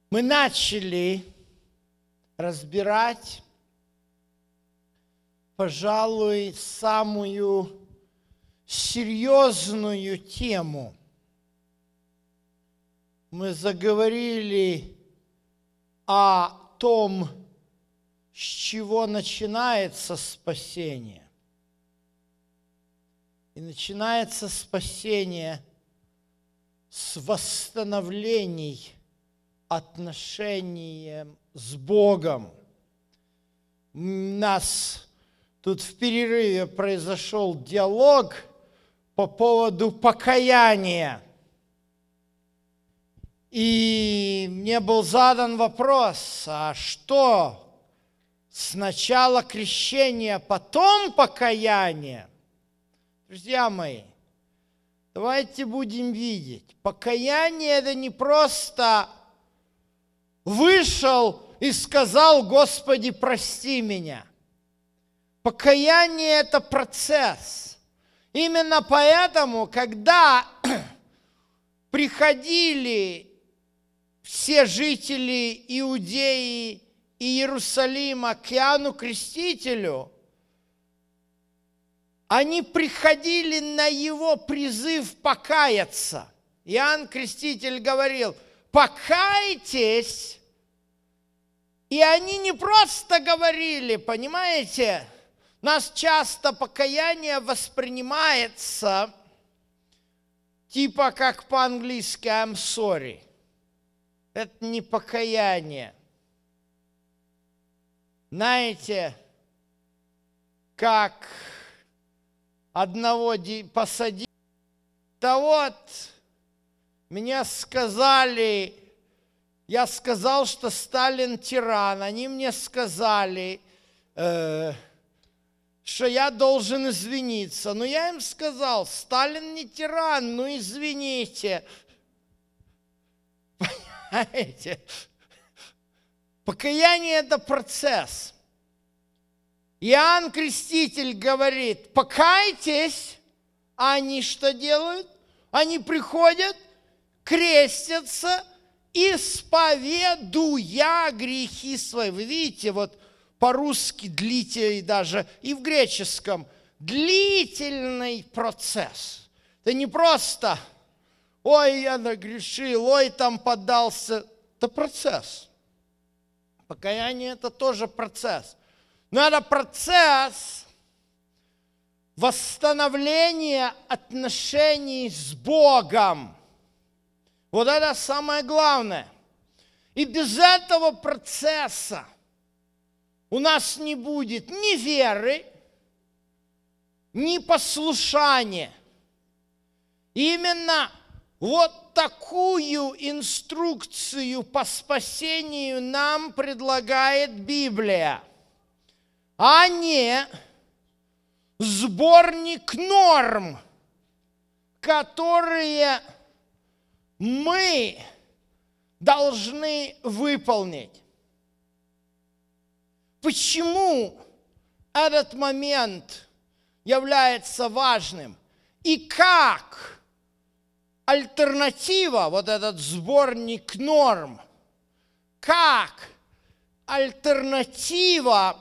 Мы начали разбирать, пожалуй, самую серьезную тему. Мы заговорили о том, с чего начинается спасение. И начинается спасение с восстановлений отношением с Богом. У нас тут в перерыве произошел диалог по поводу покаяния. И мне был задан вопрос, а что, сначала крещение, потом покаяние? Друзья мои, давайте будем видеть, покаяние – это не просто вышел и сказал: Господи, прости меня. Покаяние – это процесс. Именно поэтому, когда приходили все жители Иудеи и Иерусалима к Иоанну Крестителю, они приходили на его призыв покаяться. Иоанн Креститель говорил: покайтесь. И они не просто говорили, понимаете, у нас часто покаяние воспринимается типа как по-английски I'm sorry. Это не покаяние. Знаете, как одного посадили, да вот, мне сказали, я сказал, что Сталин тиран, они мне сказали, что я должен извиниться. Но я им сказал: Сталин не тиран, ну извините. Понимаете? Покаяние – это процесс. Иоанн Креститель говорит: покайтесь, а они что делают? Они приходят, крестятся, исповедуя грехи свои. Вы видите, вот по-русски длительный даже, и в греческом длительный процесс. Это не просто: ой, я нагрешил, ой, там поддался. Это процесс. Покаяние – это тоже процесс. Но это процесс восстановления отношений с Богом. Вот это самое главное. И без этого процесса у нас не будет ни веры, ни послушания. Именно вот такую инструкцию по спасению нам предлагает Библия, а не сборник норм, которые мы должны выполнить. Почему этот момент является важным? И как альтернатива, вот этот сборник норм, как альтернатива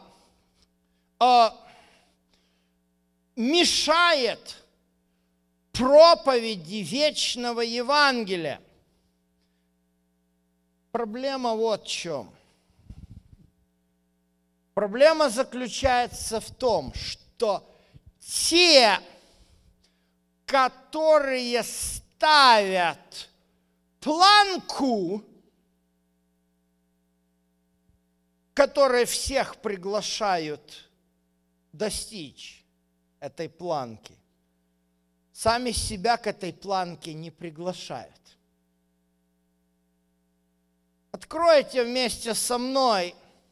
мешает проповеди вечного Евангелия? Проблема вот в чем. Проблема заключается в том, что те, которые ставят планку, которые всех приглашают достичь этой планки, сами себя к этой планке не приглашают. Откройте вместе со мной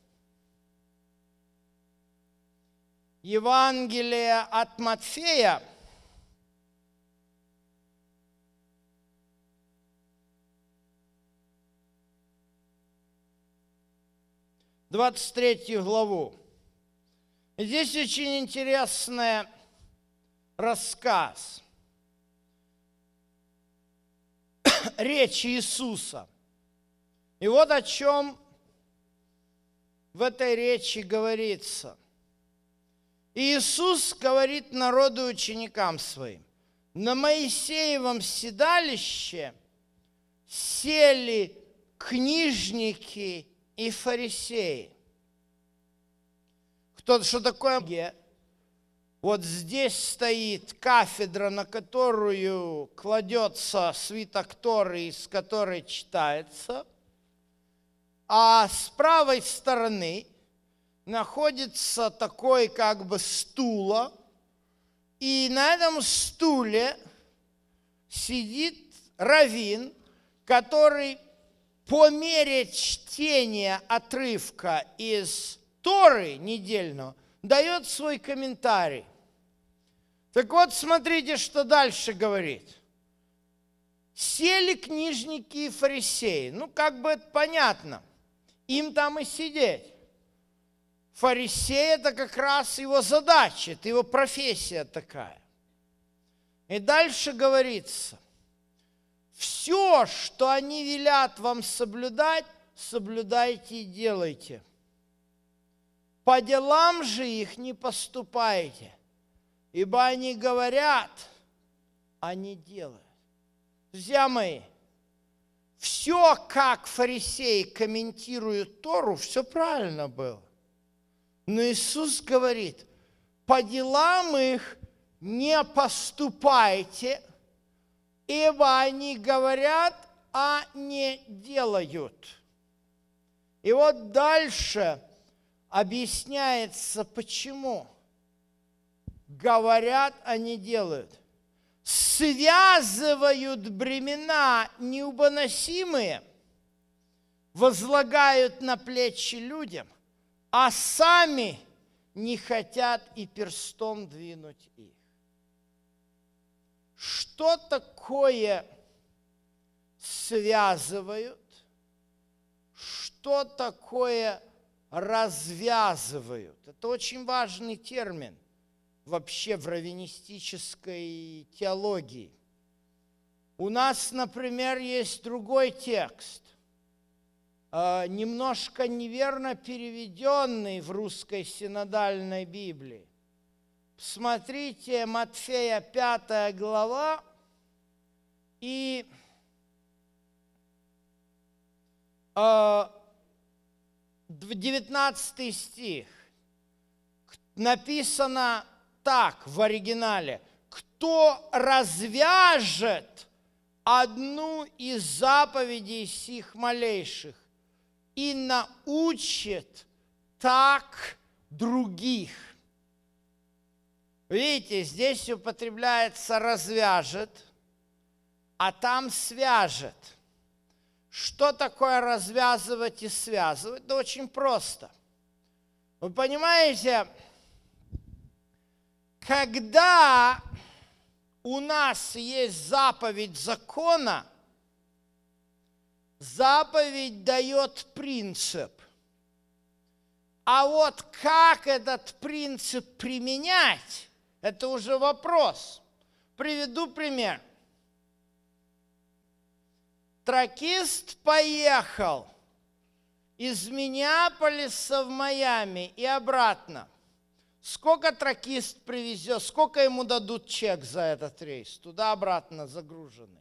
Евангелие от Матфея, 23 главу. Здесь очень интересный рассказ. Речь Иисуса. И вот о чем в этой речи говорится. Иисус говорит народу и ученикам своим: на Моисеевом седалище сели книжники и фарисеи. Что такое? Вот здесь стоит кафедра, на которую кладется свиток Торы, из которой читается, а с правой стороны находится такой как бы стула, и на этом стуле сидит раввин, который по мере чтения отрывка из Торы недельного дает свой комментарий. Так вот, смотрите, что дальше говорит. Сели книжники и фарисеи. Ну, как бы это понятно. Им там и сидеть. Фарисей – это как раз его задача, это его профессия такая. И дальше говорится: все, что они велят вам соблюдать, соблюдайте и делайте. По делам же их не поступайте, ибо они говорят, а не делают. Друзья мои, все, как фарисеи комментируют Тору, все правильно было. Но Иисус говорит: по делам их не поступайте, ибо они говорят, а не делают. И вот дальше объясняется, почему. Говорят, а не делают. Связывают бремена неубоносимые, возлагают на плечи людям, а сами не хотят и перстом двинуть их. Что такое связывают? Что такое развязывают? Это очень важный термин вообще в раввинистической теологии. У нас, например, есть другой текст, немножко неверно переведенный в русской синодальной Библии. Смотрите, Матфея 5 глава и 19 стих. Написано так в оригинале: кто развяжет одну из заповедей сих малейших и научит так других. Видите, здесь употребляется развяжет, а там свяжет. Что такое развязывать и связывать? Да очень просто. Вы понимаете, когда у нас есть заповедь закона, заповедь дает принцип. А вот как этот принцип применять, это уже вопрос. Приведу пример. Тракист поехал из Миннеаполиса в Майами и обратно. Сколько тракист привезет, сколько ему дадут чек за этот рейс, туда-обратно загруженный?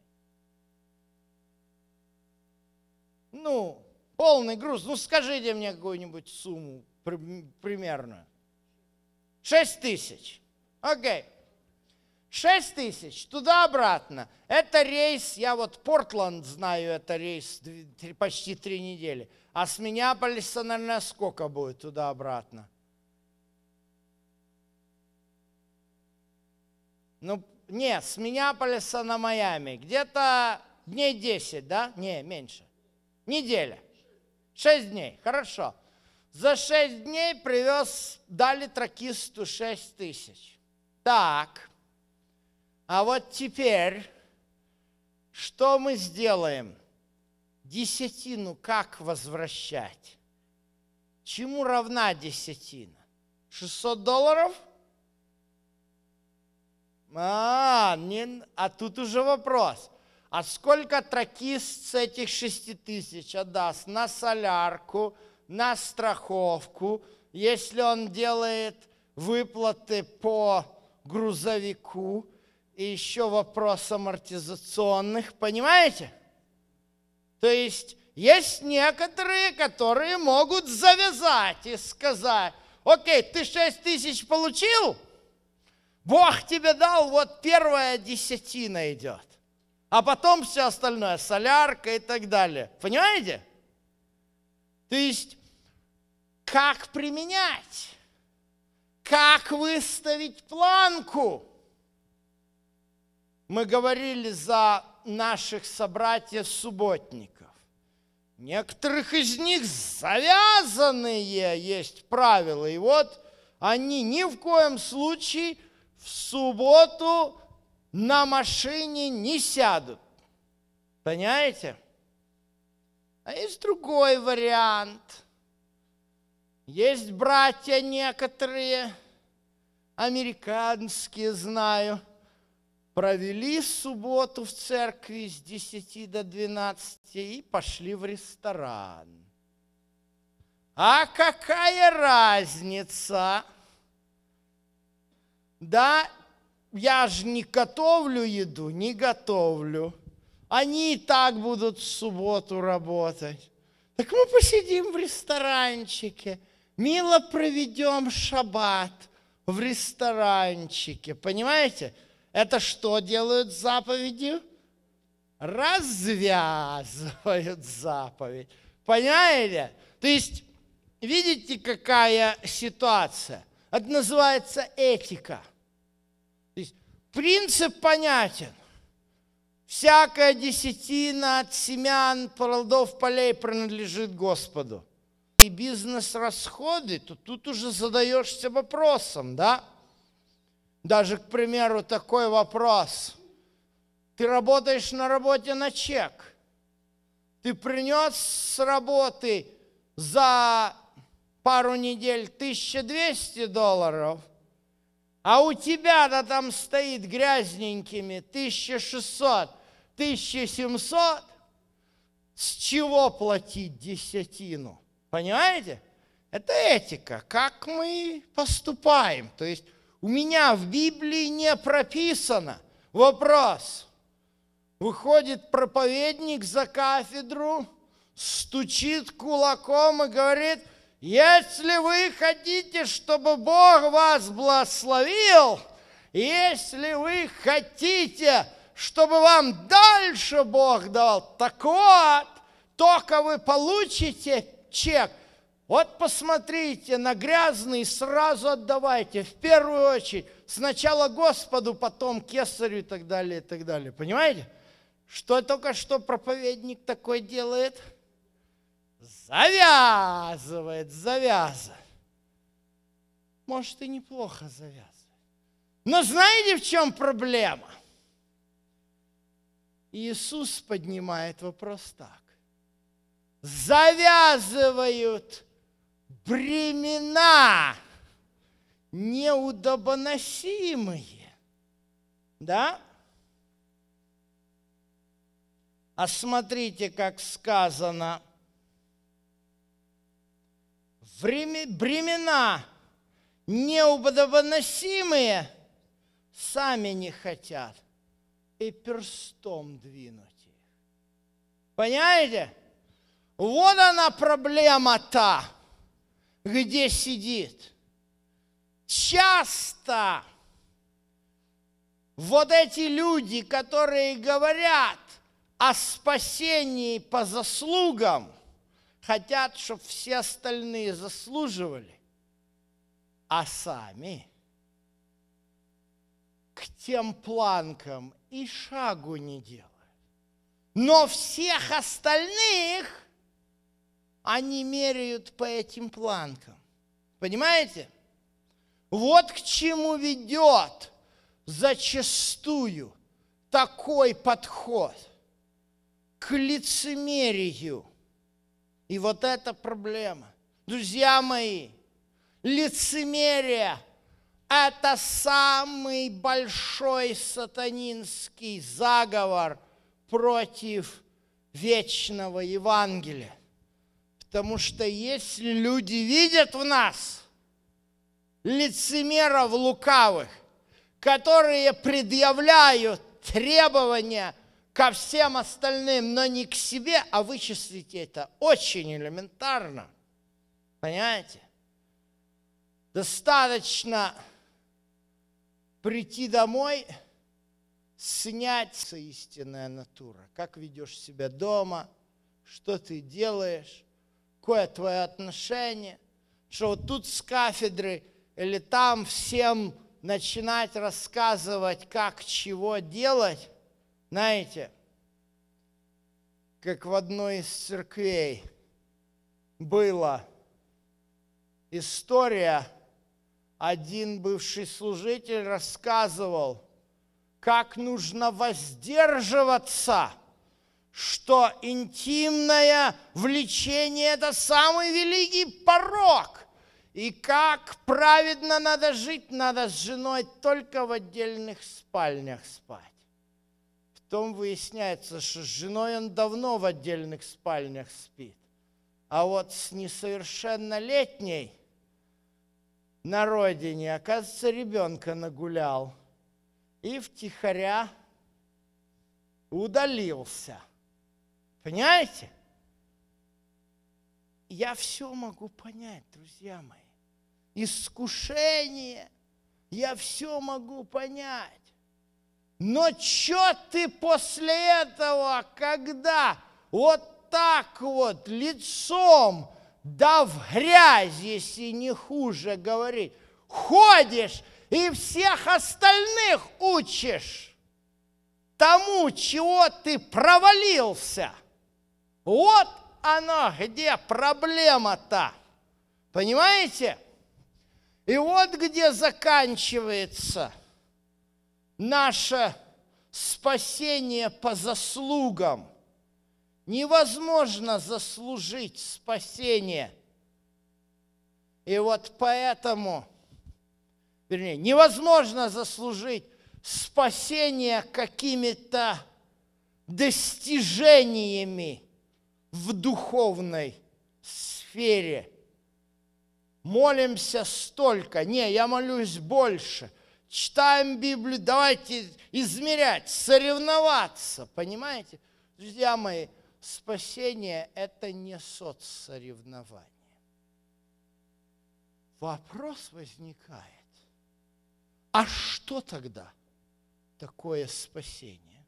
Ну, полный груз. Ну, скажите мне какую-нибудь сумму примерную. 6 тысяч. Окей. 6 тысяч, туда-обратно. Это рейс, я вот Портланд знаю, это рейс почти 3 недели. А с Миннеаполиса, наверное, сколько будет туда-обратно? Ну, нет, с Миннеаполиса на Майами. Где-то дней 10, да? Не, меньше. Неделя. 6 дней, хорошо. За 6 дней дали тракисту 6 тысяч. Так. А вот теперь, что мы сделаем? Десятину как возвращать? Чему равна десятина? $600? А тут уже вопрос. А сколько тракист с этих 6 тысяч отдаст на солярку, на страховку, если он делает выплаты по грузовику, и еще вопрос амортизационных, понимаете? То есть некоторые, которые могут завязать и сказать: окей, ты 6 тысяч получил, Бог тебе дал, вот первая десятина идет, а потом все остальное, солярка и так далее. Понимаете? То есть как применять? Как выставить планку? Мы говорили за наших собратьев-субботников. Некоторых из них завязанные есть правила. И вот они ни в коем случае в субботу на машине не сядут. Понимаете? А есть другой вариант. Есть братья некоторые, американские, знаю, провели субботу в церкви с 10 до 12 и пошли в ресторан. А какая разница? Да, я же не готовлю еду, не готовлю. Они и так будут в субботу работать. Так мы посидим в ресторанчике, мило проведем шаббат в ресторанчике. Понимаете? Это что делают с заповедью? Развязывают заповедь. Понимаете? То есть, видите, какая ситуация? Это называется этика. То есть, принцип понятен. Всякая десятина от семян плодов полей принадлежит Господу. И бизнес-расходы, то тут уже задаешься вопросом, да? Даже, к примеру, такой вопрос. Ты работаешь на работе на чек. Ты принес с работы за пару недель $1200, а у тебя-то там стоит грязненькими 1600, 1700. С чего платить десятину? Понимаете? Это этика, как мы поступаем. То есть у меня в Библии не прописано. Вопрос. Выходит проповедник за кафедру, стучит кулаком и говорит: если вы хотите, чтобы Бог вас благословил, если вы хотите, чтобы вам дальше Бог дал, так вот, только вы получите чек. Вот посмотрите на грязный, сразу отдавайте. В первую очередь. Сначала Господу, потом кесарю и так далее, и так далее. Понимаете? Что только что проповедник такой делает? Завязывает. Может, и неплохо завязывает. Но знаете, в чем проблема? Иисус поднимает вопрос так. Завязывают бремена неудобоносимые. Да? А смотрите, как сказано. Бремена неудобоносимые сами не хотят и перстом двинуть их. Понимаете? Вот она проблема-то, где сидит. Часто вот эти люди, которые говорят о спасении по заслугам, хотят, чтобы все остальные заслуживали, а сами к тем планкам и шагу не делают. Но всех остальных они меряют по этим планкам. Понимаете? Вот к чему ведет зачастую такой подход. К лицемерию. И вот эта проблема. Друзья мои, лицемерие – это самый большой сатанинский заговор против вечного Евангелия. Потому что если люди видят в нас лицемеров лукавых, которые предъявляют требования ко всем остальным, но не к себе, а вычислите это очень элементарно. Понимаете? Достаточно прийти домой, снять истинная натура. Как ведешь себя дома, что ты делаешь, какое твое отношение, что вот тут с кафедры или там всем начинать рассказывать, как чего делать. Знаете, как в одной из церквей была история, один бывший служитель рассказывал, как нужно воздерживаться, что интимное влечение – это самый великий порок. И как праведно надо жить, надо с женой только в отдельных спальнях спать. Потом выясняется, что с женой он давно в отдельных спальнях спит. А вот с несовершеннолетней на родине, оказывается, ребенка нагулял и втихаря удалился. Понимаете? Я все могу понять, друзья мои. Искушение, я все могу понять. Но что ты после этого, когда вот так вот лицом, да в грязь, если не хуже говорить, ходишь и всех остальных учишь тому, чего ты провалился? Вот оно, где проблема-то. Понимаете? И вот где заканчивается наше спасение по заслугам. Невозможно заслужить спасение. И вот поэтому, вернее, невозможно заслужить спасение какими-то достижениями в духовной сфере. Молимся столько. Не, я молюсь больше. Читаем Библию, давайте измерять, соревноваться. Понимаете? Друзья мои, спасение – это не соцсоревнование. Вопрос возникает, а что тогда такое спасение?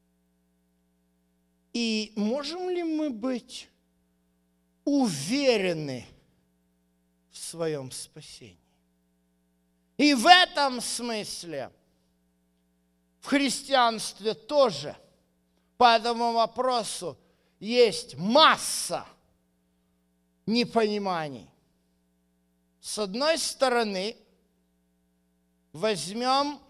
И можем ли мы быть уверены в своем спасении? И в этом смысле в христианстве тоже по этому вопросу есть масса непониманий. С одной стороны, возьмем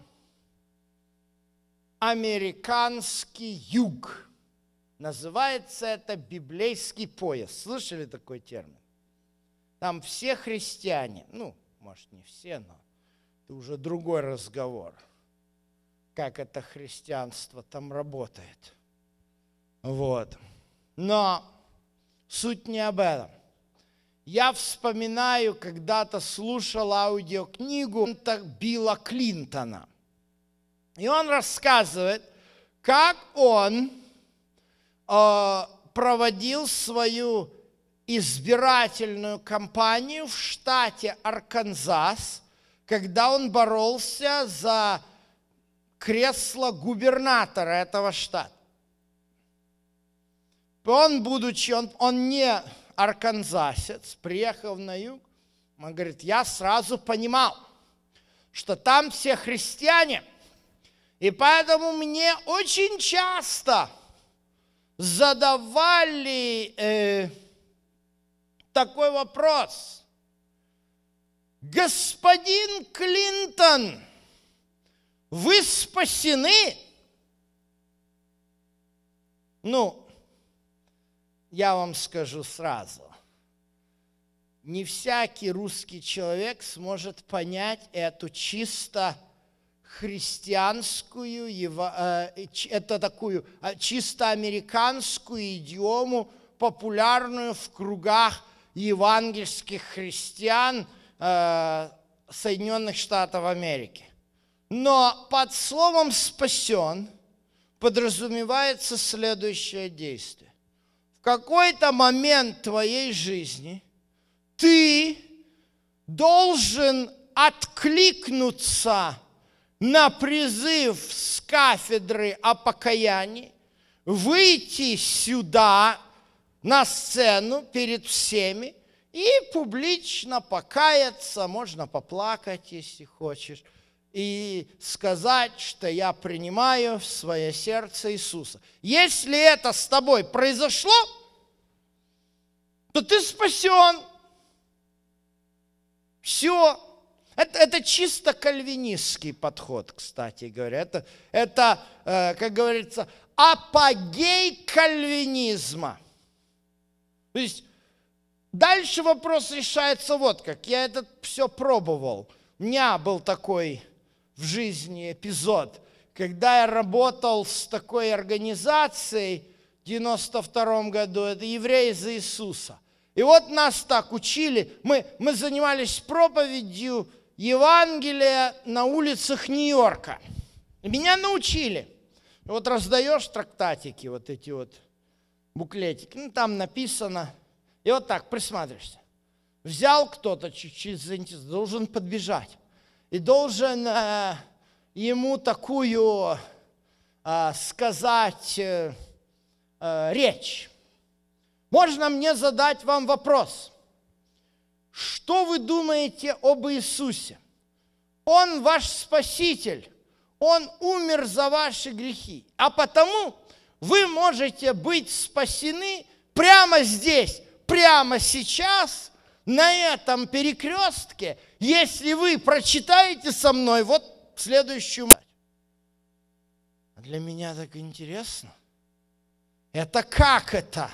американский юг. Называется это библейский пояс. Слышали такой термин? Там все христиане, ну, может, не все, но это уже другой разговор, как это христианство там работает. Вот. Но суть не об этом. Я вспоминаю, когда-то слушал аудиокнигу Билла Клинтона. И он рассказывает, как он проводил свою избирательную кампанию в штате Арканзас, когда он боролся за кресло губернатора этого штата. Он, будучи, он не арканзасец, приехав на юг, он говорит, я сразу понимал, что там все христиане, и поэтому мне очень часто задавали такой вопрос. Господин Клинтон, вы спасены? Ну, я вам скажу сразу. Не всякий русский человек сможет понять эту чисто христианскую, это такую чисто американскую идиому, популярную в кругах евангельских христиан Соединенных Штатов Америки. Но под словом «спасен» подразумевается следующее действие. В какой-то момент твоей жизни ты должен откликнуться на призыв с кафедры о покаянии, выйти сюда, на сцену перед всеми и публично покаяться, можно поплакать, если хочешь, и сказать, что я принимаю в свое сердце Иисуса. Если это с тобой произошло, то ты спасен. Все. Это чисто кальвинистский подход, кстати говоря. Это, как говорится, апогей кальвинизма. То есть дальше вопрос решается вот как. Я это все пробовал. У меня был такой в жизни эпизод, когда я работал с такой организацией в 92 году. Это «Евреи за Иисуса». И вот нас так учили. Мы занимались проповедью Евангелия на улицах Нью-Йорка. И меня научили. И вот раздаешь трактатики, вот эти вот буклетики, ну там написано, и вот так присматриваешься. Взял кто-то чуть-чуть заинтересован, должен подбежать. И должен ему такую сказать речь. Можно мне задать вам вопрос? Что вы думаете об Иисусе? Он ваш Спаситель. Он умер за ваши грехи. А потому вы можете быть спасены прямо здесь, прямо сейчас, на этом перекрестке, если вы прочитаете со мной вот следующую мысль. А для меня так интересно. Это как это?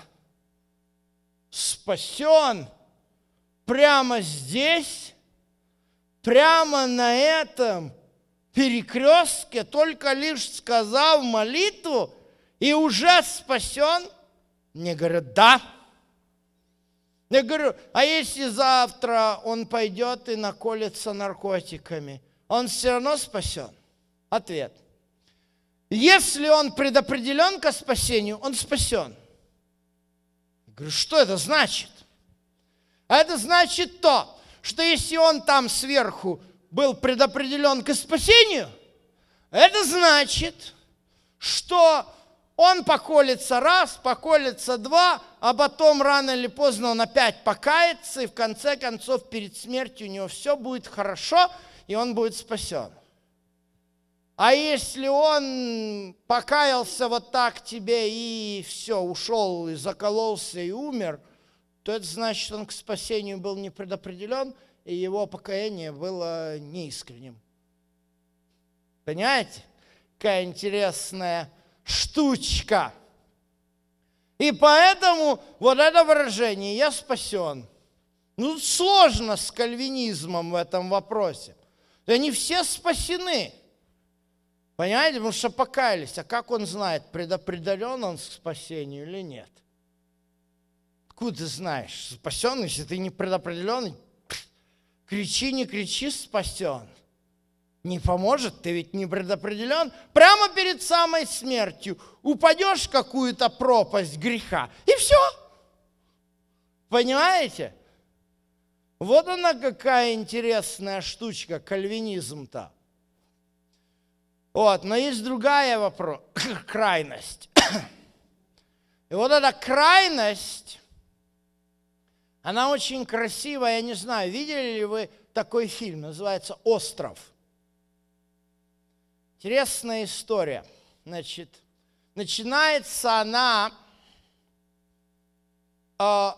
Спасен прямо здесь, прямо на этом перекрестке, только лишь сказав молитву, и уже спасен? Мне говорят, да. Я говорю, а если завтра он пойдет и наколется наркотиками, он все равно спасен? Ответ. Если он предопределен ко спасению, он спасен. Я говорю, что это значит? А это значит то, что если он там сверху был предопределен к спасению, это значит, что он поколется раз, поколется два, а потом рано или поздно он опять покается, и в конце концов перед смертью у него все будет хорошо, и он будет спасен. А если он покаялся вот так тебе и все, ушел, и закололся, и умер, то это значит, что он к спасению был не предопределен, и его покаяние было неискренним. Понимаете? Какая интересная штучка. И поэтому вот это выражение «я спасен». Ну, сложно с кальвинизмом в этом вопросе. Они все спасены. Понимаете? Потому что покаялись. А как он знает, предопределен он к спасению или нет? Откуда ты знаешь? Спасен, если ты не предопределенный? Кричи, не кричи, спасен. Не поможет, ты ведь не предопределен. Прямо перед самой смертью упадешь в какую-то пропасть греха, и все. Понимаете? Вот она какая интересная штучка, кальвинизм-то. Вот, но есть другая крайность. И вот эта крайность, она очень красивая, я не знаю, видели ли вы такой фильм, называется «Остров». Интересная история. Значит, начинается она во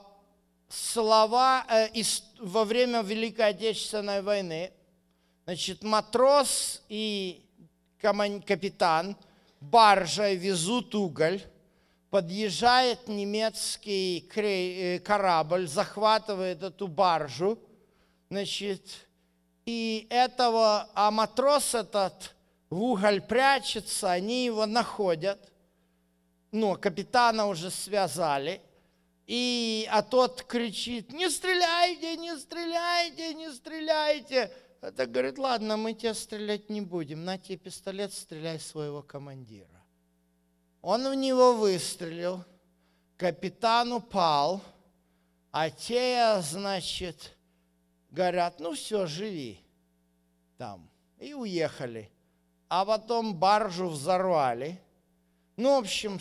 время Великой Отечественной войны. Значит, матрос и капитан баржей везут уголь. Подъезжает немецкий корабль, захватывает эту баржу. Значит, а матрос этот в уголь прячется, они его находят. Капитана уже связали. А тот кричит: не стреляйте, не стреляйте, не стреляйте. Это говорит: ладно, мы тебя стрелять не будем. На тебе пистолет, стреляй своего командира. Он в него выстрелил. Капитан упал. А те, значит, говорят: ну все, живи там. И уехали. А потом баржу взорвали. В общем,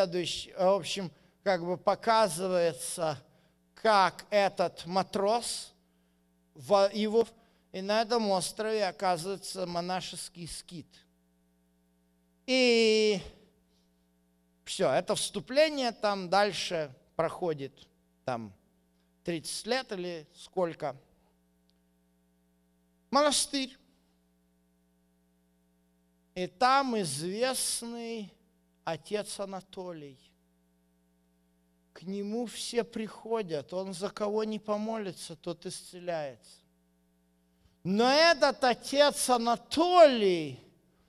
показывается, как этот матрос, и на этом острове оказывается монашеский скит. И все, это вступление там дальше проходит, там 30 лет или сколько. Монастырь. И там известный отец Анатолий. К нему все приходят, он за кого не помолится, тот исцеляется. Но этот отец Анатолий,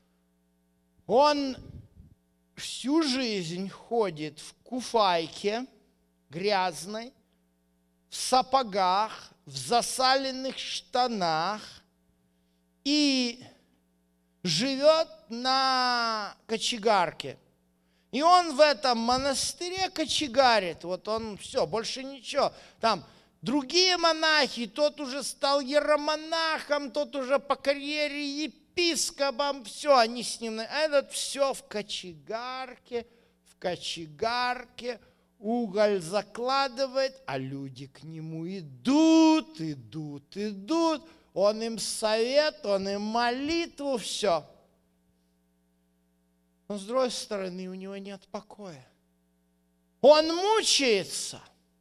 он всю жизнь ходит в куфайке грязной, в сапогах, в засаленных штанах и живет на кочегарке. И он в этом монастыре кочегарит. Вот он все, больше ничего. Там другие монахи, тот уже стал иеромонахом, тот уже по карьере епископом, все, они с ним. А этот все в кочегарке, уголь закладывает, а люди к нему идут. Он им совет, он им молитву, все. Но с другой стороны, у него нет покоя. Он мучается,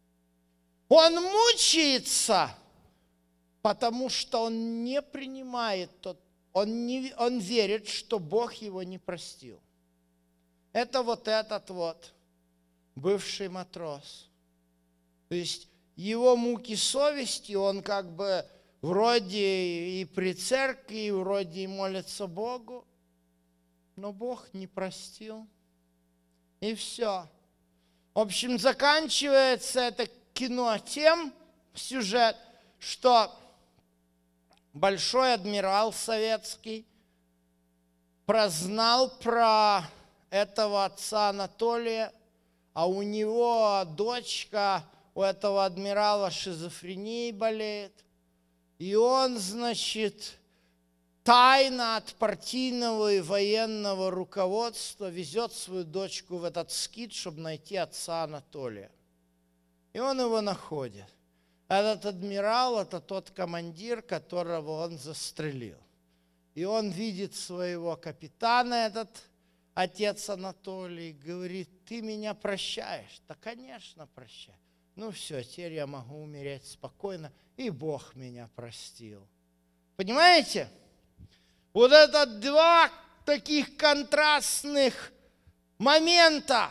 потому что он не принимает он верит, что Бог его не простил. Это вот этот вот бывший матрос. То есть его муки совести, он как бы вроде и при церкви, и вроде и молится Богу, но Бог не простил. И все. В общем, заканчивается это кино тем, сюжет, что большой адмирал советский прознал про этого отца Анатолия, а у него дочка, у этого адмирала шизофренией болеет. И он, значит, тайно от партийного и военного руководства везет свою дочку в этот скит, чтобы найти отца Анатолия. И он его находит. Этот адмирал – это тот командир, которого он застрелил. И он видит своего капитана, этот отец Анатолий, говорит: ты меня прощаешь? Да, конечно, прощаю. Ну все, теперь я могу умереть спокойно, и Бог меня простил. Понимаете? Вот это два таких контрастных момента.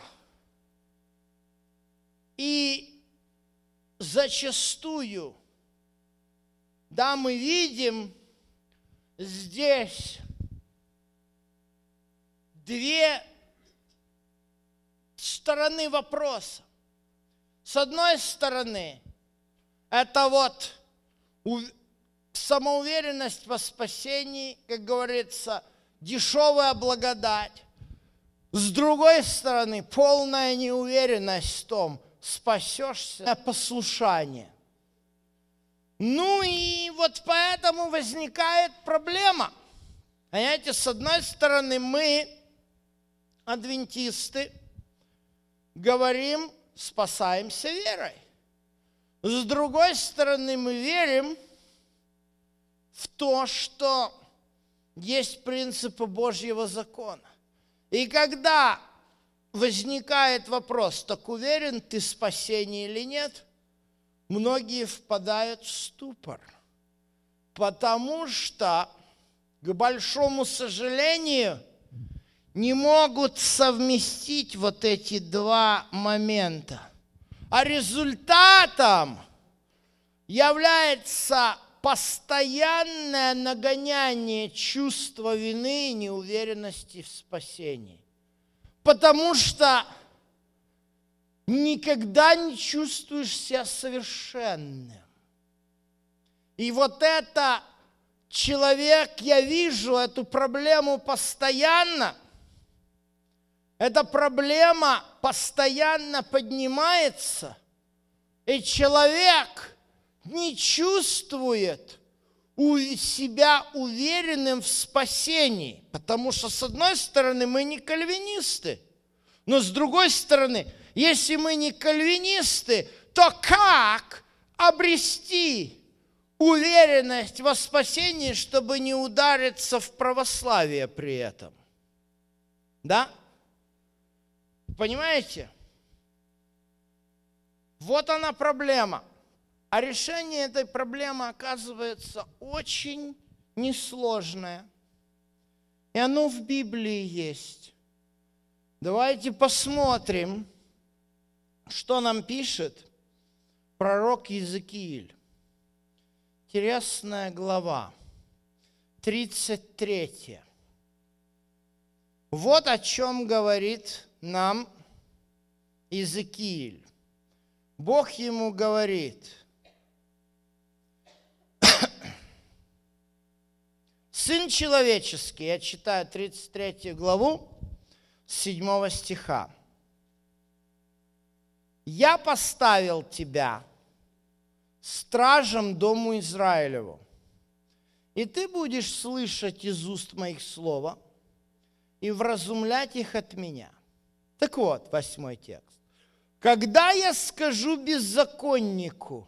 И зачастую, да, мы видим здесь две стороны вопроса. С одной стороны, это вот самоуверенность во спасении, как говорится, дешевая благодать. С другой стороны, полная неуверенность в том, спасешься, послушание. Ну и вот поэтому возникает проблема. Понимаете, с одной стороны, мы, адвентисты, говорим, спасаемся верой. С другой стороны, мы верим в то, что есть принципы Божьего закона. И когда возникает вопрос, так уверен ты в спасении или нет, многие впадают в ступор, потому что, к большому сожалению, не могут совместить вот эти два момента. А результатом является постоянное нагоняние чувства вины и неуверенности в спасении. Потому что никогда не чувствуешь себя совершенным. И вот это человек, я вижу эту проблему постоянно. Эта проблема постоянно поднимается, и человек не чувствует себя уверенным в спасении. Потому что, с одной стороны, мы не кальвинисты, но с другой стороны, если мы не кальвинисты, то как обрести уверенность во спасении, чтобы не удариться в православие при этом? Да? Понимаете? Вот она проблема. А решение этой проблемы оказывается очень несложное. И оно в Библии есть. Давайте посмотрим, что нам пишет пророк Иезекииль. Интересная глава, 33. Вот о чем говорит нам Иезекииль. Бог ему говорит: «Сын человеческий», я читаю 33 главу, с 7 стиха. «Я поставил тебя стражем дому Израилеву, и ты будешь слышать из уст моих слова и вразумлять их от меня». Так вот, 8 текст. «Когда я скажу беззаконнику: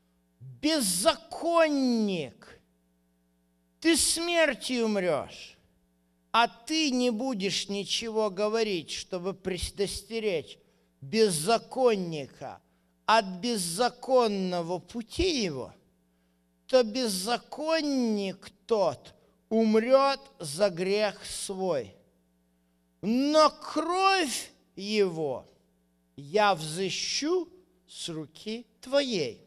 беззаконник, ты смертью умрешь, а ты не будешь ничего говорить, чтобы предостеречь беззаконника от беззаконного пути его, то беззаконник тот умрет за грех свой, но кровь его я взыщу с руки твоей.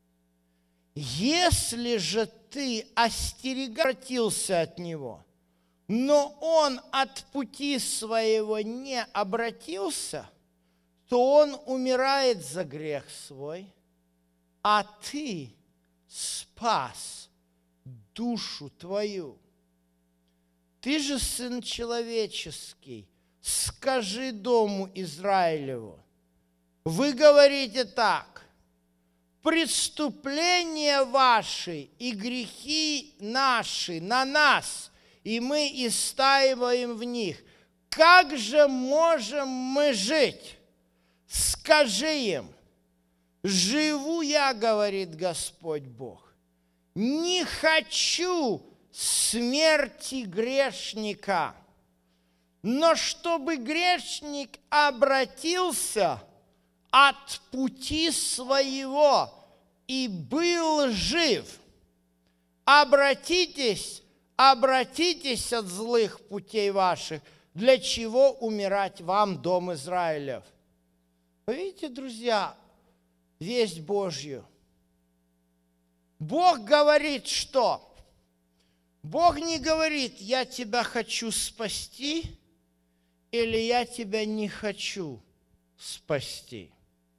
Если же ты остерегался от него, но он от пути своего не обратился, то он умирает за грех свой, а ты спас душу твою. Ты же, сын человеческий, скажи дому Израилеву: вы говорите так: преступления ваши и грехи наши на нас, и мы истаиваем в них. Как же можем мы жить? Скажи им: живу я, говорит Господь Бог, не хочу смерти грешника, но чтобы грешник обратился от пути своего и был жив. Обратитесь от злых путей ваших, для чего умирать вам, дом Израилев». Вы видите, друзья, весть Божью. Бог говорит что? Бог не говорит: я тебя хочу спасти, или я тебя не хочу спасти.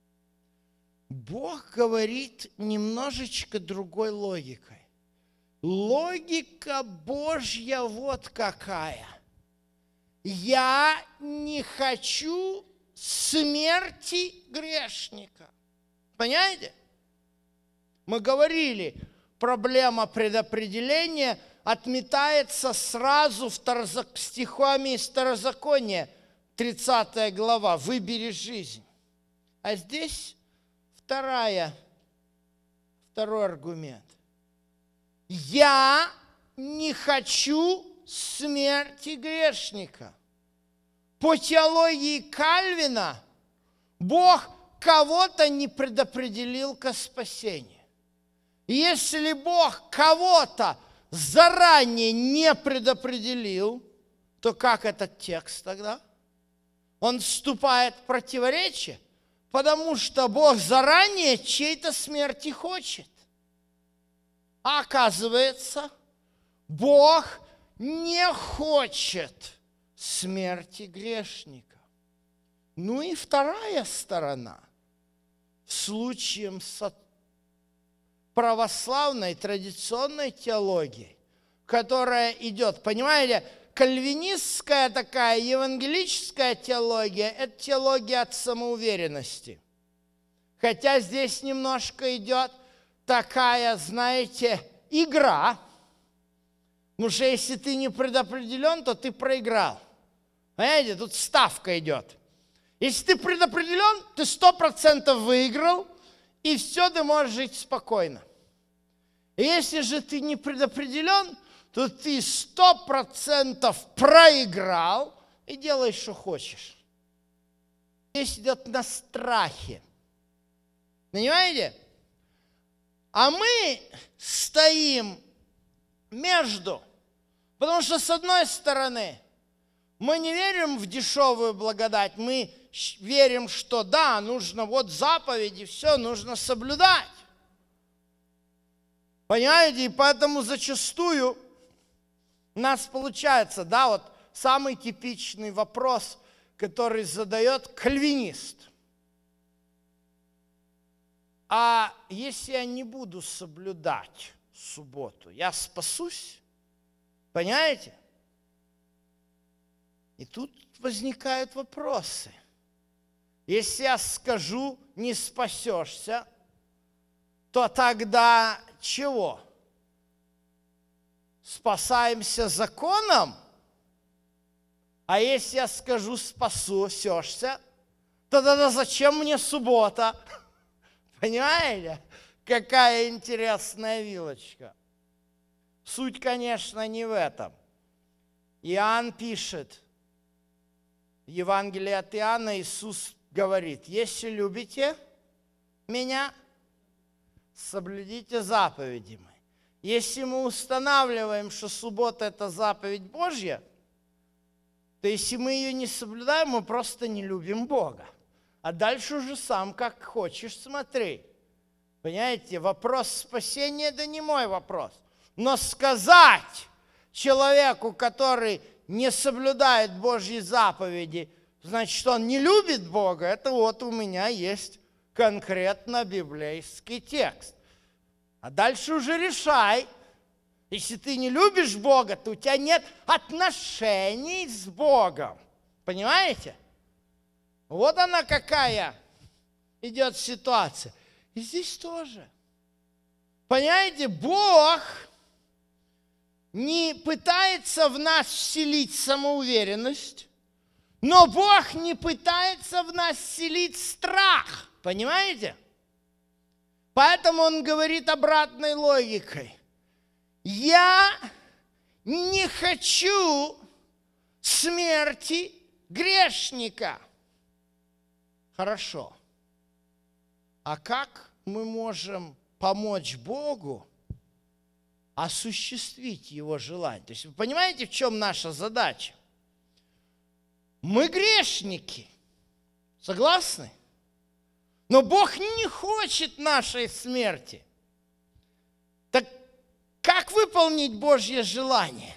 Бог говорит немножечко другой логикой. Логика Божья вот какая. Я не хочу смерти грешника. Понимаете? Мы говорили, проблема предопределения отметается сразу стихами из Второзакония, 30 глава, «Выбери жизнь». А здесь второй аргумент. Я не хочу смерти грешника. По теологии Кальвина Бог кого-то не предопределил ко спасению. Если Бог кого-то заранее не предопределил, то как этот текст тогда? Он вступает в противоречие, потому что Бог заранее чьей-то смерти хочет. А оказывается, Бог не хочет смерти грешника. Ну и вторая сторона. В случае с православной традиционной теологией, которая идет, понимаете, кальвинистская такая евангелическая теология – это теология от самоуверенности. Хотя здесь немножко идет такая, знаете, игра. Потому что если ты не предопределен, то ты проиграл. Понимаете, тут ставка идет. Если ты предопределен, ты 100% выиграл, и все, ты можешь жить спокойно. И если же ты не предопределен, то ты 100% проиграл и делаешь, что хочешь. Здесь идет на страхе. Понимаете? А мы стоим между. Потому что, с одной стороны, мы не верим в дешевую благодать, мы верим, что да, нужно вот заповеди, все нужно соблюдать. Понимаете? И поэтому зачастую у нас получается, да, вот самый типичный вопрос, который задает кальвинист. А если я не буду соблюдать субботу, я спасусь? Понимаете? И тут возникают вопросы. Если я скажу, не спасешься, то тогда чего? Спасаемся законом? А если я скажу, спасешься, то тогда зачем мне суббота? Понимаете, какая интересная вилочка? Суть, конечно, не в этом. Иоанн пишет, в Евангелии от Иоанна Иисус говорит: если любите меня, соблюдите заповеди мои. Если мы устанавливаем, что суббота – это заповедь Божья, то если мы ее не соблюдаем, мы просто не любим Бога. А дальше уже сам как хочешь смотри. Понимаете, вопрос спасения – это не мой вопрос. Но сказать человеку, который не соблюдает Божьи заповеди, значит, что он не любит Бога, это вот у меня есть конкретно библейский текст. А дальше уже решай. Если ты не любишь Бога, то у тебя нет отношений с Богом. Понимаете? Вот она какая идет ситуация. И здесь тоже. Понимаете, Бог не пытается в нас вселить самоуверенность, но Бог не пытается в нас вселить страх. Понимаете? Поэтому Он говорит обратной логикой. Я не хочу смерти грешника. Хорошо. А как мы можем помочь Богу осуществить Его желание? То есть вы понимаете, в чем наша задача? Мы грешники. Согласны? Но Бог не хочет нашей смерти. Так как выполнить Божье желание?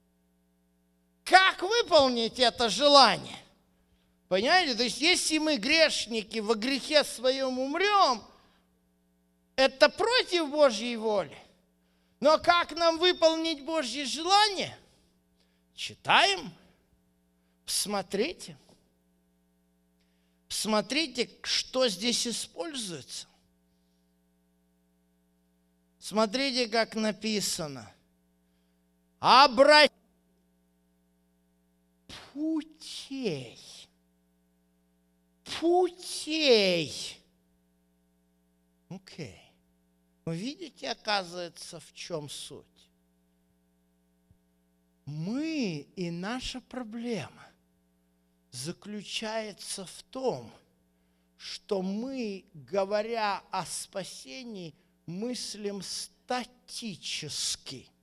Как выполнить это желание? Понимаете? То есть если мы грешники во грехе своем умрем, это против Божьей воли. Но как нам выполнить Божье желание? Читаем, посмотрите. Смотрите, что здесь используется. Смотрите, как написано. Путей. Окей. Вы видите, оказывается, в чем суть? Мы и наша проблема заключается в том, что мы, говоря о спасении, мыслим статически.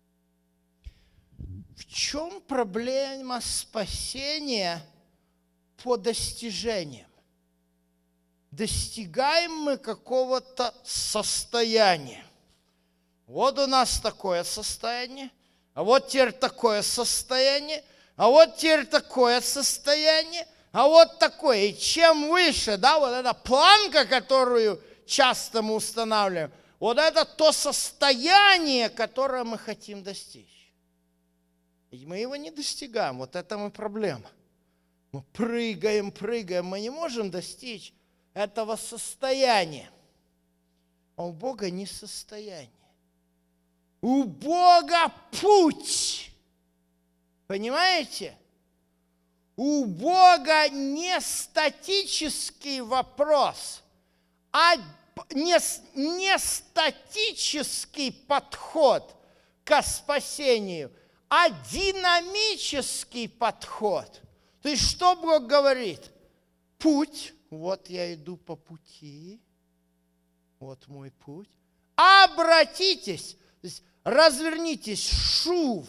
В чем проблема спасения по достижениям? Достигаем мы какого-то состояния. Вот у нас такое состояние, а вот теперь такое состояние, а вот теперь такое состояние, а вот такое. И чем выше, да, вот эта планка, которую часто мы устанавливаем, вот это то состояние, которое мы хотим достичь. И мы его не достигаем, вот это мы проблема. Мы прыгаем, мы не можем достичь этого состояния. А у Бога не состояние. У Бога путь. Понимаете? У Бога не статический вопрос, а не статический подход к спасению, а динамический подход. То есть, что Бог говорит? Путь, вот я иду по пути, вот мой путь. Обратитесь, то есть развернитесь, шув.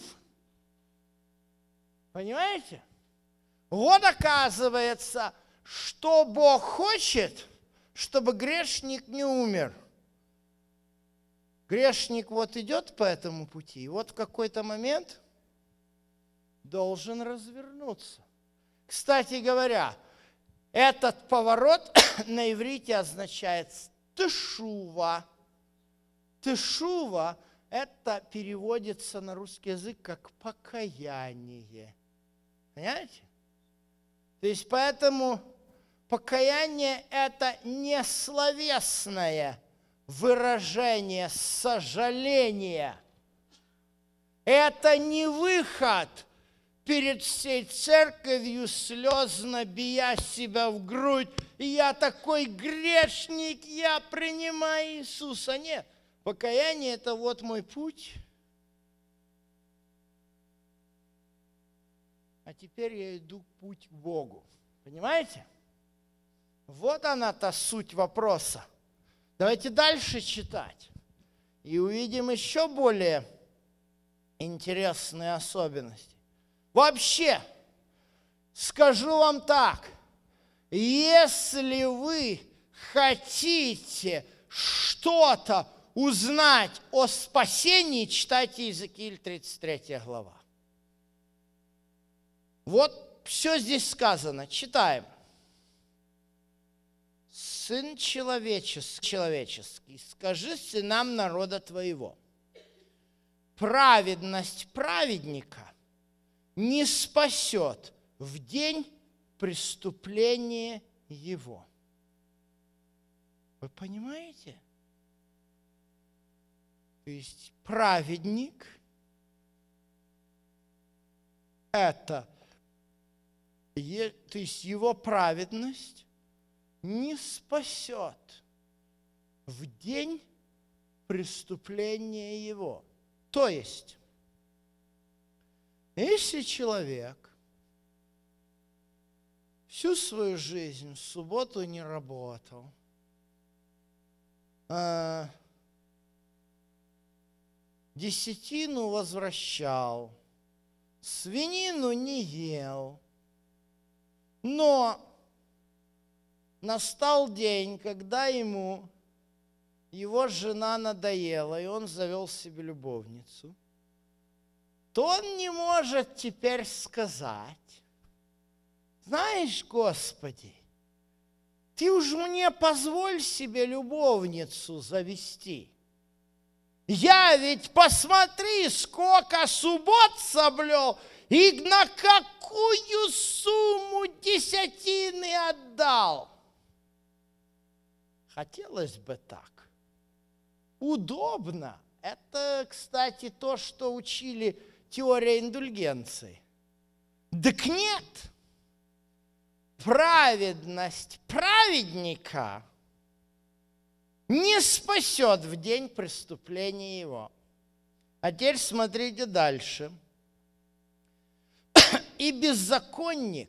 Понимаете? Вот оказывается, что Бог хочет, чтобы грешник не умер. Грешник вот идет по этому пути, и вот в какой-то момент должен развернуться. Кстати говоря, этот поворот на иврите означает тешува. Тешува – это переводится на русский язык как покаяние. Понимаете? То есть поэтому покаяние – это не словесное выражение сожаления. Это не выход перед всей церковью, слезно бия себя в грудь. И я такой грешник, я принимаю Иисуса. Нет, покаяние – это вот мой путь. А теперь я иду путь к Богу. Понимаете? Вот она та суть вопроса. Давайте дальше читать. И увидим еще более интересные особенности. Вообще, скажу вам так, если вы хотите что-то узнать о спасении, читайте Иезекииль 33 глава. Вот все здесь сказано. Читаем. Сын человеческий, скажи сынам народа твоего, праведность праведника не спасет в день преступления его. Вы понимаете? То есть праведник – это, то есть его праведность не спасет в день преступления его. То есть, если человек всю свою жизнь в субботу не работал, десятину возвращал, свинину не ел, но настал день, когда ему его жена надоела, и он завел себе любовницу, то он не может теперь сказать: знаешь, Господи, ты уж мне позволь себе любовницу завести. Я ведь, посмотри, сколько суббот соблюл, и на какую сумму десятины отдал. Хотелось бы так. Удобно. Это, кстати, то, что учили теория индульгенции. Так нет. Праведность праведника не спасет в день преступления его. А теперь смотрите дальше. И беззаконник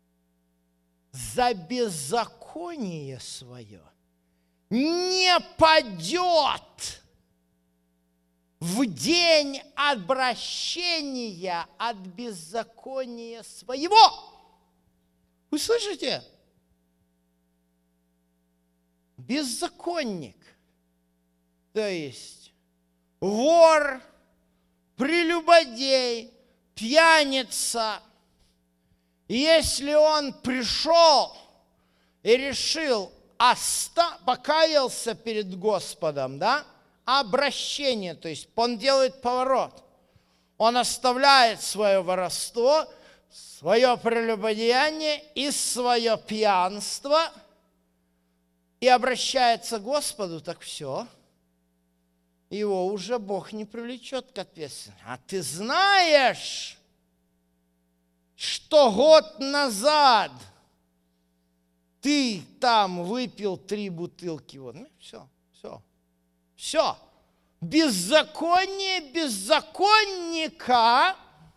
за беззаконие свое не падет в день обращения от беззакония своего. Вы слышите? Беззаконник. То есть вор, прелюбодей, пьяница, если он пришел и решил, покаялся перед Господом, да, обращение, то есть он делает поворот, он оставляет свое воровство, свое прелюбодеяние и свое пьянство и обращается к Господу, так все, его уже Бог не привлечет к ответственности. А ты знаешь, что год назад ты там выпил 3 бутылки, вот, все. Беззаконие беззаконника,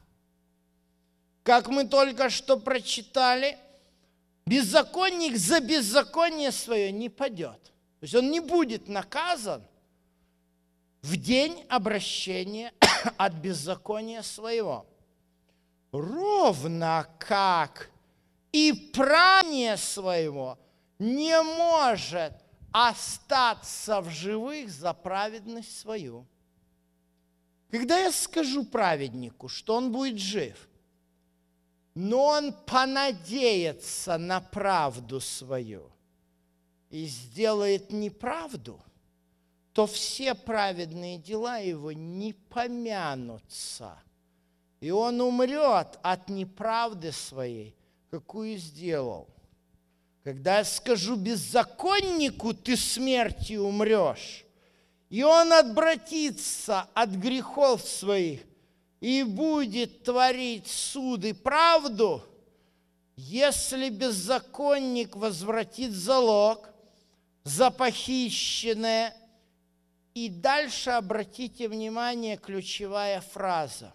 как мы только что прочитали, беззаконник за беззаконие свое не падет. То есть он не будет наказан в день обращения от беззакония своего. Ровно как и прание своего не может остаться в живых за праведность свою. Когда я скажу праведнику, что он будет жив, но он понадеется на правду свою и сделает неправду, то все праведные дела его не помянутся, и он умрет от неправды своей, какую сделал. Когда я скажу беззаконнику, ты смертью умрешь, и он отвратится от грехов своих и будет творить суд и правду, если беззаконник возвратит залог за похищенное. И дальше обратите внимание, ключевая фраза.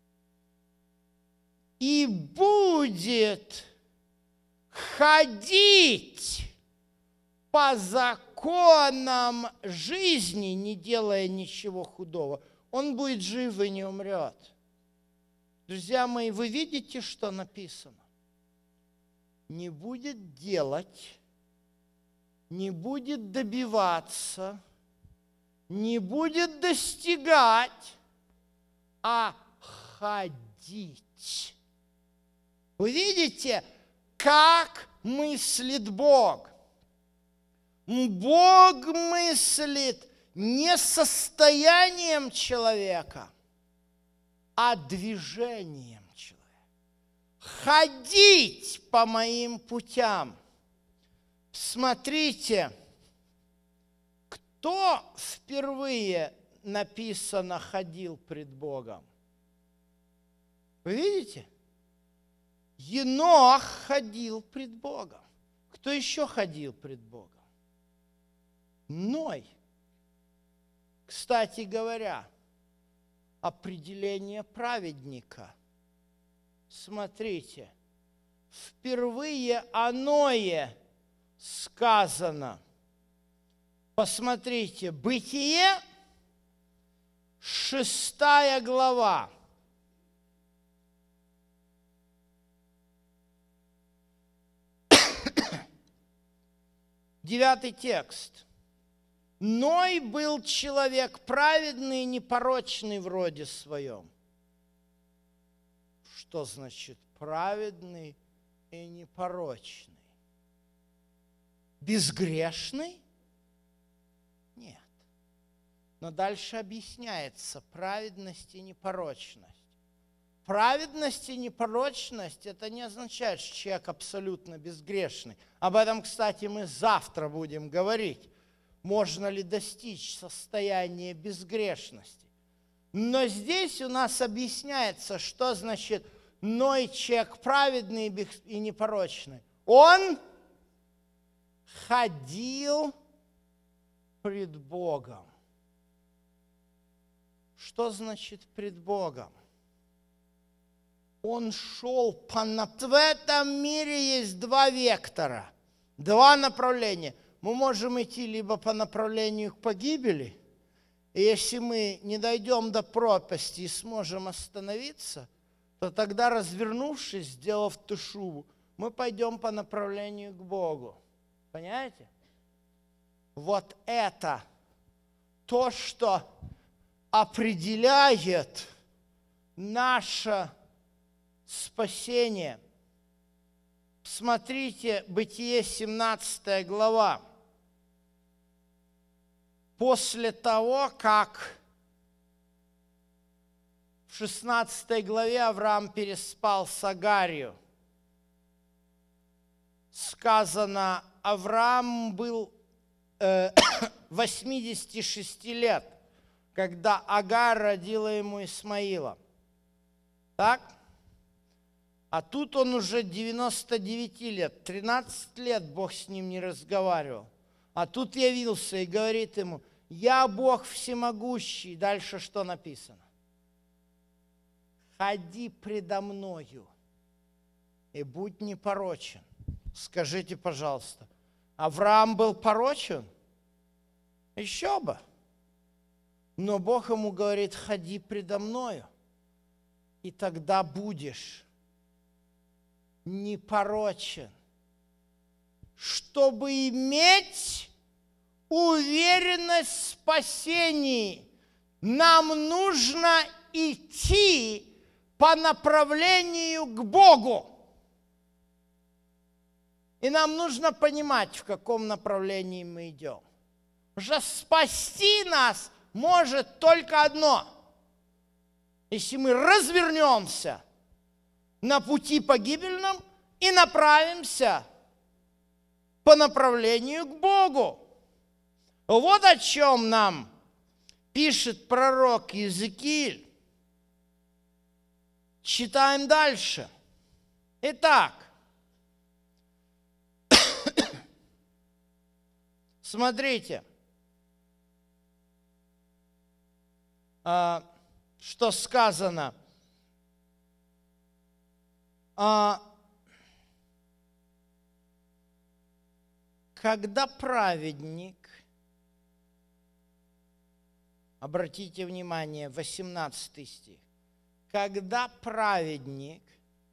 И будет ходить по законам жизни, не делая ничего худого. Он будет жив и не умрет. Друзья мои, вы видите, что написано? Не будет делать, не будет добиваться, не будет достигать, а ходить. Вы видите, как мыслит Бог? Бог мыслит не состоянием человека, а движением человека. Ходить по моим путям. Смотрите, кто впервые написано ходил пред Богом? Вы видите? Енох ходил пред Богом. Кто еще ходил пред Богом? Ной. Кстати говоря, определение праведника. Смотрите, впервые о Ное сказано. Посмотрите, Бытие, 6 глава. 9 текст. Ной был человек праведный и непорочный в роде своем. Что значит праведный и непорочный? Безгрешный? Нет. Но дальше объясняется праведность и непорочность. Праведность и непорочность – это не означает, что человек абсолютно безгрешный. Об этом, кстати, мы завтра будем говорить. Можно ли достичь состояния безгрешности? Но здесь у нас объясняется, что значит Ной человек праведный и непорочный. Он ходил пред Богом. Что значит пред Богом? Он шел по... В этом мире есть 2 вектора, 2 направления. Мы можем идти либо по направлению к погибели, и если мы не дойдем до пропасти и сможем остановиться, то тогда, развернувшись, сделав тешуву, мы пойдем по направлению к Богу. Понимаете? Вот это то, что определяет наше спасение. Смотрите, Бытие 17 глава. После того, как в 16 главе Авраам переспал с Агарью, сказано, Авраам был 86 лет, когда Агар родила ему Исмаила. Так? А тут он уже 99 лет, 13 лет Бог с ним не разговаривал. А тут явился и говорит ему: «Я Бог всемогущий». Дальше что написано? «Ходи предо мною и будь непорочен». Скажите, пожалуйста, Авраам был порочен? Еще бы. Но Бог ему говорит: «Ходи предо мною, и тогда будешь непорочен». Чтобы иметь уверенность в спасении, нам нужно идти по направлению к Богу. И нам нужно понимать, в каком направлении мы идем. Потому что спасти нас может только одно. Если мы развернемся на пути погибельном и направимся по направлению к Богу. Вот о чем нам пишет пророк Иезекииль. Читаем дальше. Итак, смотрите, что сказано. Когда праведник, обратите внимание, 18 стих, когда праведник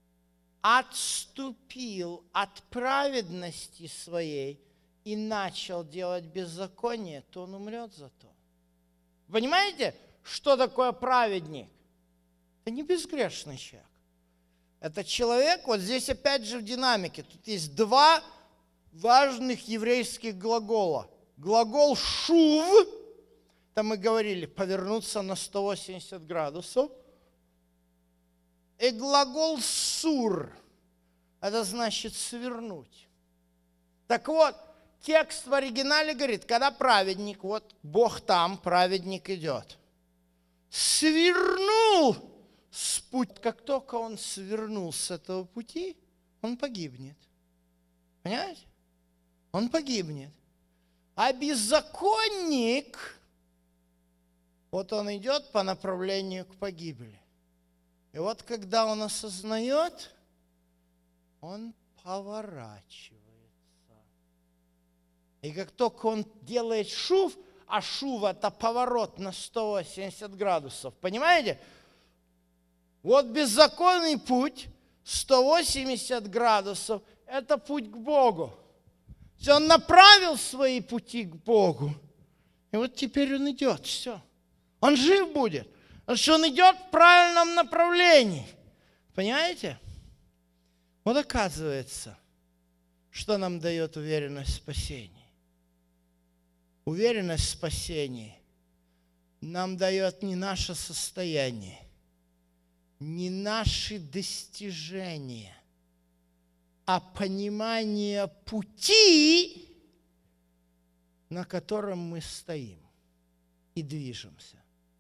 отступил от праведности своей и начал делать беззаконие, то он умрет за то. Понимаете, что такое праведник? Это не безгрешный человек. Это человек, вот здесь опять же в динамике, тут есть два важных еврейских глагола. Глагол «шув», там мы говорили, повернуться на 180 градусов. И глагол «сур», это значит свернуть. Так вот, текст в оригинале говорит, когда праведник, вот Бог там, праведник идет, свернул с пути. Как только он свернул с этого пути, он погибнет. Понимаете? Он погибнет. А беззаконник, вот он идет по направлению к погибели. И вот когда он осознает, он поворачивается. И как только он делает шув, а шув – это поворот на 180 градусов, понимаете? Вот беззаконный путь, 180 градусов – это путь к Богу. Он направил свои пути к Богу. И вот теперь он идет, все. Он жив будет, потому что он идет в правильном направлении. Понимаете? Вот оказывается, что нам дает уверенность в спасении. Уверенность в спасении нам дает не наше состояние, не наши достижения, а понимание пути, на котором мы стоим и движемся.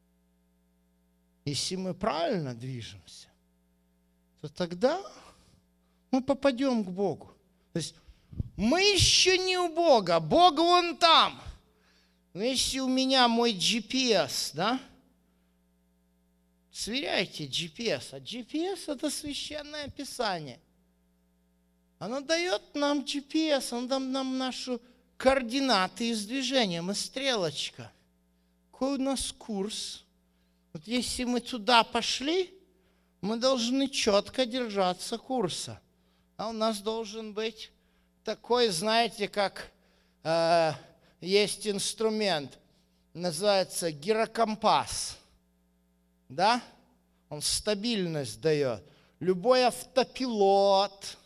Если мы правильно движемся, то тогда мы попадем к Богу. То есть мы еще не у Бога, Бог вон там. Но если у меня мой GPS, да, сверяйте GPS. А GPS – это священное писание. Оно дает нам GPS, оно дает нам нашу координаты из движения. Мы стрелочка. Какой у нас курс? Вот если мы туда пошли, мы должны четко держаться курса. А у нас должен быть такой, знаете, как есть инструмент, называется гирокомпас. Да? Он стабильность дает. Любой автопилот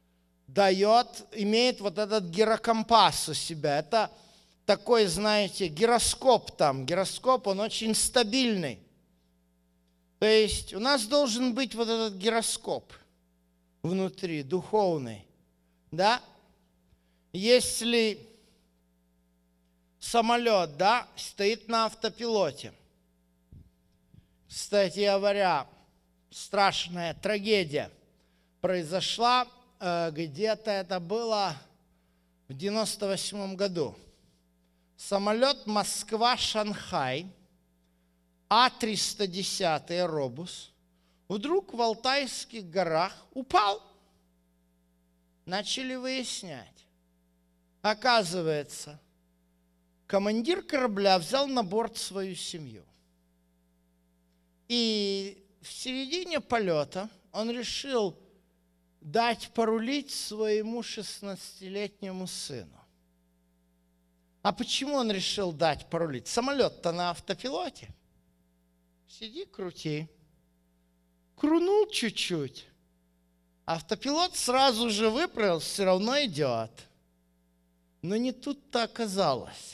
имеет вот этот гирокомпас у себя. Это такой, знаете, гироскоп там. Гироскоп, он очень стабильный. То есть у нас должен быть вот этот гироскоп внутри, духовный. Да? Если самолет, да, стоит на автопилоте. Кстати говоря, страшная трагедия произошла, где-то это было в 98 году. Самолет Москва-Шанхай, А310 Аэробус, вдруг в Алтайских горах упал. Начали выяснять. Оказывается, командир корабля взял на борт свою семью. И в середине полета он решил дать порулить своему 16-летнему сыну. А почему он решил дать порулить? Самолет-то на автопилоте. Сиди, крути. Крунул чуть-чуть. Автопилот сразу же выправился, все равно идет. Но не тут-то оказалось.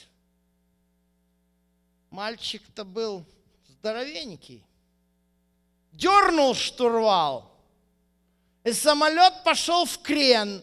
Мальчик-то был здоровенький. Дернул штурвал, и самолет пошел в крен.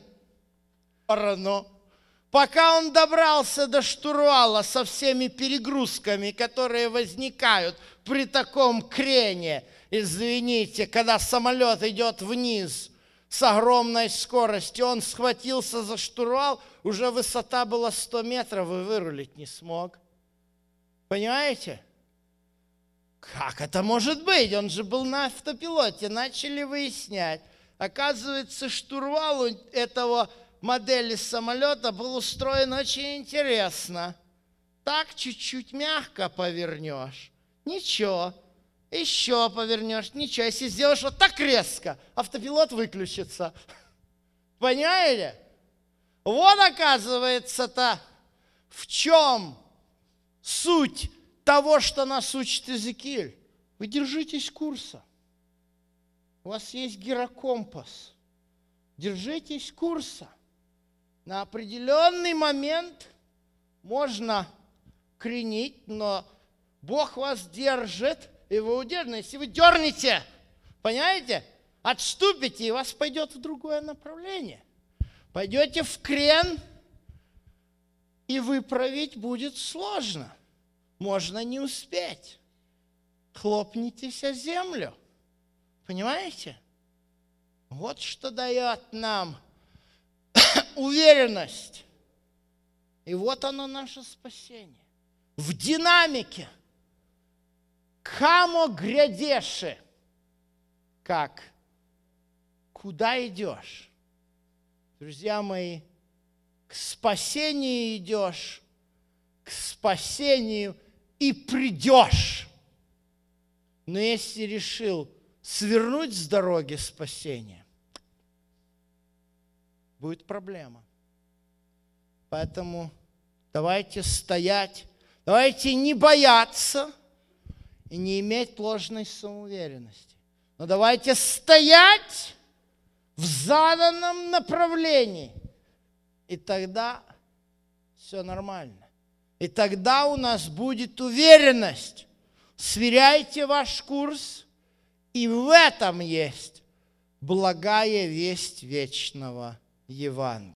Пока он добрался до штурвала со всеми перегрузками, которые возникают при таком крене, извините, когда самолет идет вниз с огромной скоростью, он схватился за штурвал, уже высота была 100 метров, и вырулить не смог. Понимаете? Как это может быть? Он же был на автопилоте. Начали выяснять. Оказывается, штурвал у этого модели самолета был устроен очень интересно. Так чуть-чуть мягко повернешь. Ничего. Еще повернешь. Ничего. Если сделаешь вот так резко, автопилот выключится. Понимаете? Вот оказывается-то в чем суть того, что нас учит Иезекииль. Вы держитесь курса. У вас есть гирокомпас. Держитесь курса. На определенный момент можно кренить, но Бог вас держит, и вы удержаны. Если вы дернете, понимаете, отступите, и вас пойдет в другое направление. Пойдете в крен, и выправить будет сложно. Можно не успеть. Хлопнитесь о землю. Понимаете? Вот что дает нам уверенность. И вот оно наше спасение. В динамике. Камо грядеши. Как? Куда идешь? Друзья мои, к спасению идешь, к спасению и придешь. Но если решил свернуть с дороги спасения, будет проблема. Поэтому давайте стоять, давайте не бояться и не иметь ложной самоуверенности. Но давайте стоять в заданном направлении. И тогда все нормально. И тогда у нас будет уверенность. Сверяйте ваш курс, и в этом есть благая весть вечного Евангелия.